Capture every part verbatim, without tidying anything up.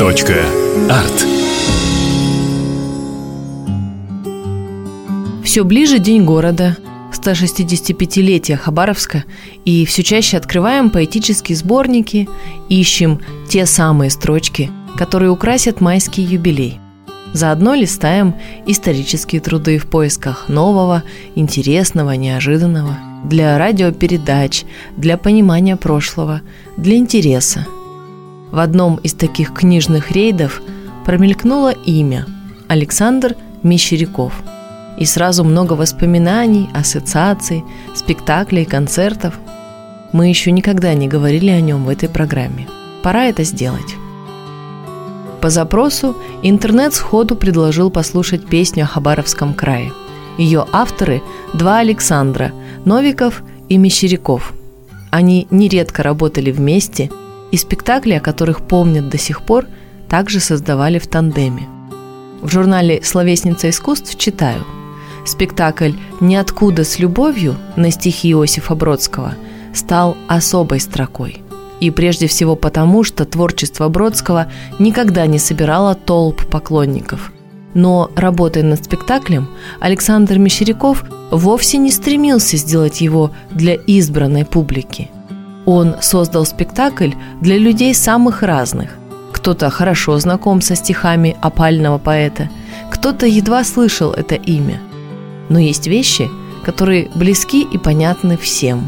Арт. Все ближе День города, сто шестидесятипятилетие Хабаровска, и все чаще открываем поэтические сборники, ищем те самые строчки, которые украсят майский юбилей. Заодно листаем исторические труды в поисках нового, интересного, неожиданного, для радиопередач, для понимания прошлого, для интереса. В одном из таких книжных рейдов промелькнуло имя – Александр Мещеряков. И сразу много воспоминаний, ассоциаций, спектаклей, концертов. Мы еще никогда не говорили о нем в этой программе. Пора это сделать. По запросу интернет сходу предложил послушать песню о Хабаровском крае. Ее авторы – два Александра – Новиков и Мещеряков. Они нередко работали вместе, и спектакли, о которых помнят до сих пор, также создавали в тандеме. В журнале «Словесница искусств» читаю: спектакль «Ниоткуда с любовью» на стихи Иосифа Бродского стал особой строкой. И прежде всего потому, что творчество Бродского никогда не собирало толп поклонников. Но, работая над спектаклем, Александр Мещеряков вовсе не стремился сделать его для избранной публики. Он создал спектакль для людей самых разных. Кто-то хорошо знаком со стихами опального поэта, кто-то едва слышал это имя. Но есть вещи, которые близки и понятны всем.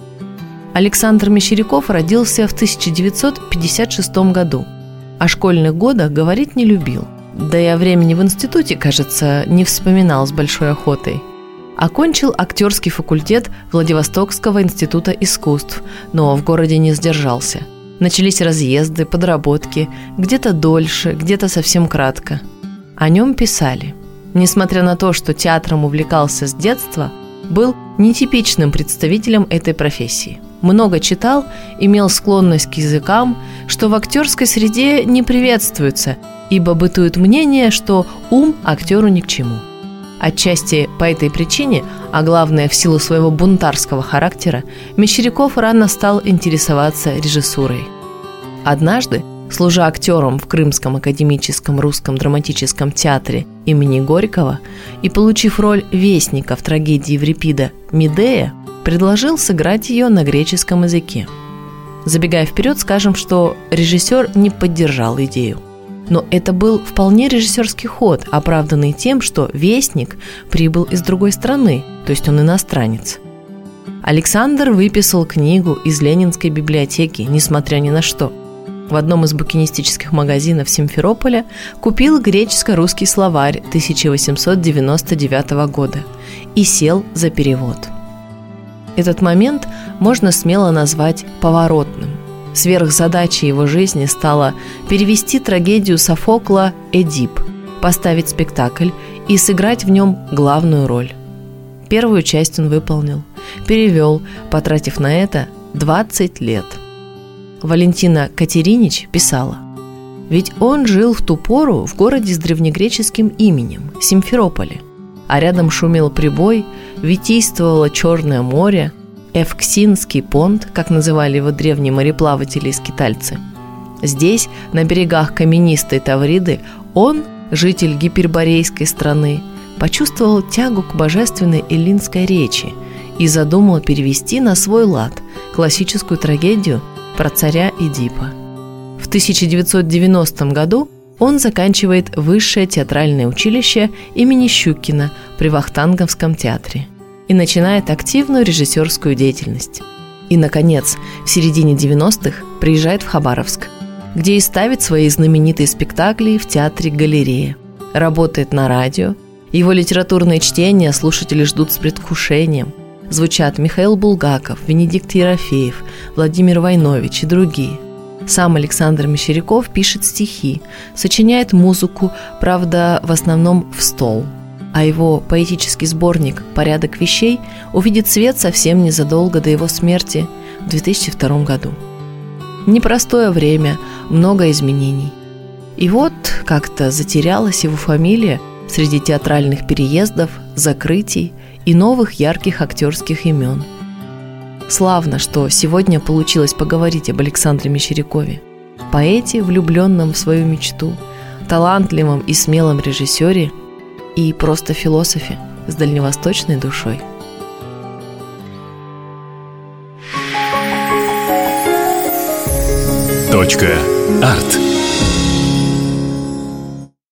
Александр Мещеряков родился в тысяча девятьсот пятьдесят шестом году. О школьных годах говорить не любил. Да и о времени в институте, кажется, не вспоминал с большой охотой. Окончил актерский факультет Владивостокского института искусств, но в городе не сдержался. Начались разъезды, подработки, где-то дольше, где-то совсем кратко. О нем писали. Несмотря на то, что театром увлекался с детства, был нетипичным представителем этой профессии. Много читал, имел склонность к языкам, что в актерской среде не приветствуется, ибо бытует мнение, что ум актеру ни к чему. Отчасти по этой причине, а главное в силу своего бунтарского характера, Мещеряков рано стал интересоваться режиссурой. Однажды, служа актером в Крымском академическом русском драматическом театре имени Горького и получив роль вестника в трагедии Еврипида «Медея», предложил сыграть ее на греческом языке. Забегая вперед, скажем, что режиссер не поддержал идею. Но это был вполне режиссерский ход, оправданный тем, что вестник прибыл из другой страны, то есть он иностранец. Александр выписал книгу из Ленинской библиотеки, несмотря ни на что. В одном из букинистических магазинов Симферополя купил греческо-русский словарь тысяча восемьсот девяносто девятого года и сел за перевод. Этот момент можно смело назвать поворотным. Сверхзадачей его жизни стало перевести трагедию Софокла «Эдип», поставить спектакль и сыграть в нем главную роль. Первую часть он выполнил, перевел, потратив на это двадцать лет. Валентина Катеринич писала: «Ведь он жил в ту пору в городе с древнегреческим именем – Симферополе, а рядом шумел прибой, витийствовало Черное море, Эвксинский понт, как называли его древние мореплаватели и скитальцы. Здесь, на берегах каменистой Тавриды, он, житель гиперборейской страны, почувствовал тягу к божественной эллинской речи и задумал перевести на свой лад классическую трагедию про царя Эдипа. В тысяча девятьсот девяностом году он заканчивает Высшее театральное училище имени Щукина при Вахтанговском театре и начинает активную режиссерскую деятельность. И, наконец, в середине девяностых приезжает в Хабаровск, где и ставит свои знаменитые спектакли в театре «Галерея». Работает на радио. Его литературные чтения слушатели ждут с предвкушением. Звучат Михаил Булгаков, Венедикт Ерофеев, Владимир Войнович и другие. Сам Александр Мещеряков пишет стихи, сочиняет музыку, правда, в основном в стол. А его поэтический сборник «Порядок вещей» увидит свет совсем незадолго до его смерти в две тысячи втором году. Непростое время, много изменений. И вот как-то затерялась его фамилия среди театральных переездов, закрытий и новых ярких актерских имен. Славно, что сегодня получилось поговорить об Александре Мещерякове. поэте, влюбленном в свою мечту, талантливом и смелом режиссере и просто философе с дальневосточной душой. Точка. Арт.